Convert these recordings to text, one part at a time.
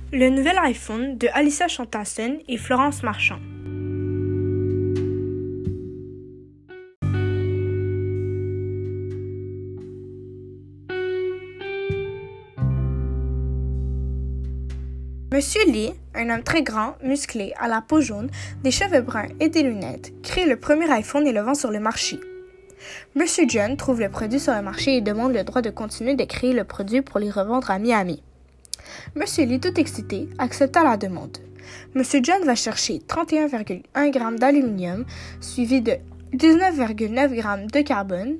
Le nouvel iPhone de Alyssa Chantasson et Florence Marchand. Monsieur Lee, un homme très grand, musclé, à la peau jaune, des cheveux bruns et des lunettes, crée le premier iPhone et le vend sur le marché. Monsieur John trouve le produit sur le marché et demande le droit de continuer de créer le produit pour les revendre à Miami. Monsieur Lee, tout excité, accepta la demande. Monsieur John va chercher 31,1 g d'aluminium, suivi de 19,9 g de carbone,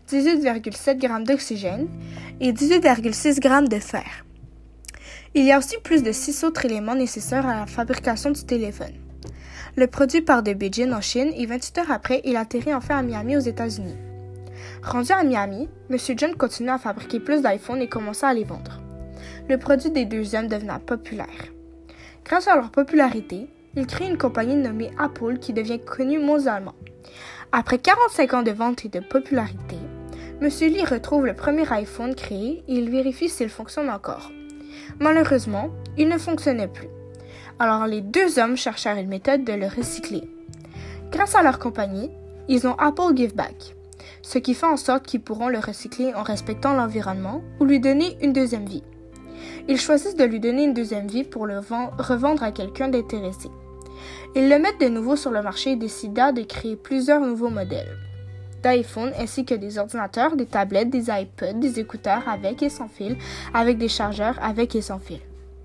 18,7 g d'oxygène et 18,6 g de fer. Il y a aussi plus de 6 autres éléments nécessaires à la fabrication du téléphone. Le produit part de Beijing en Chine et 28 heures après, il atterrit enfin à Miami aux États-Unis. Rendu à Miami, M. John continue à fabriquer plus d'iPhones et commença à les vendre. Le produit des deux hommes devint populaire. Grâce à leur popularité, ils créent une compagnie nommée Apple qui devient connue mondialement. Après 45 ans de vente et de popularité, M. Lee retrouve le premier iPhone créé et il vérifie s'il fonctionne encore. Malheureusement, il ne fonctionnait plus. Alors les deux hommes cherchèrent une méthode de le recycler. Grâce à leur compagnie, ils ont Apple Give Back, ce qui fait en sorte qu'ils pourront le recycler en respectant l'environnement ou lui donner une deuxième vie. Ils choisissent de lui donner une deuxième vie pour le revendre à quelqu'un d'intéressé. Ils le mettent de nouveau sur le marché et décident de créer plusieurs nouveaux modèles d'iPhone ainsi que des ordinateurs, des tablettes, des iPods, des écouteurs avec et sans fil, avec des chargeurs avec et sans fil.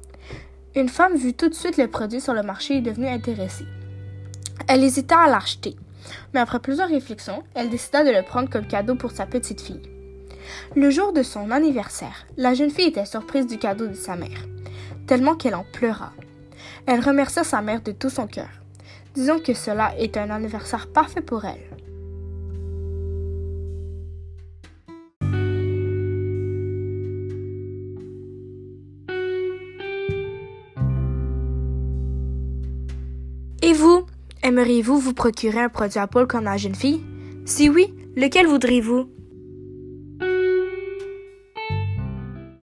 Une femme vit tout de suite le produit sur le marché et est devenue intéressée. Elle hésita à l'acheter, mais après plusieurs réflexions, elle décida de le prendre comme cadeau pour sa petite fille. Le jour de son anniversaire, la jeune fille était surprise du cadeau de sa mère, tellement qu'elle en pleura. Elle remercia sa mère de tout son cœur. Disons que cela est un anniversaire parfait pour elle. Et vous, aimeriez-vous vous procurer un produit Apple comme la jeune fille? Si oui, lequel voudriez-vous?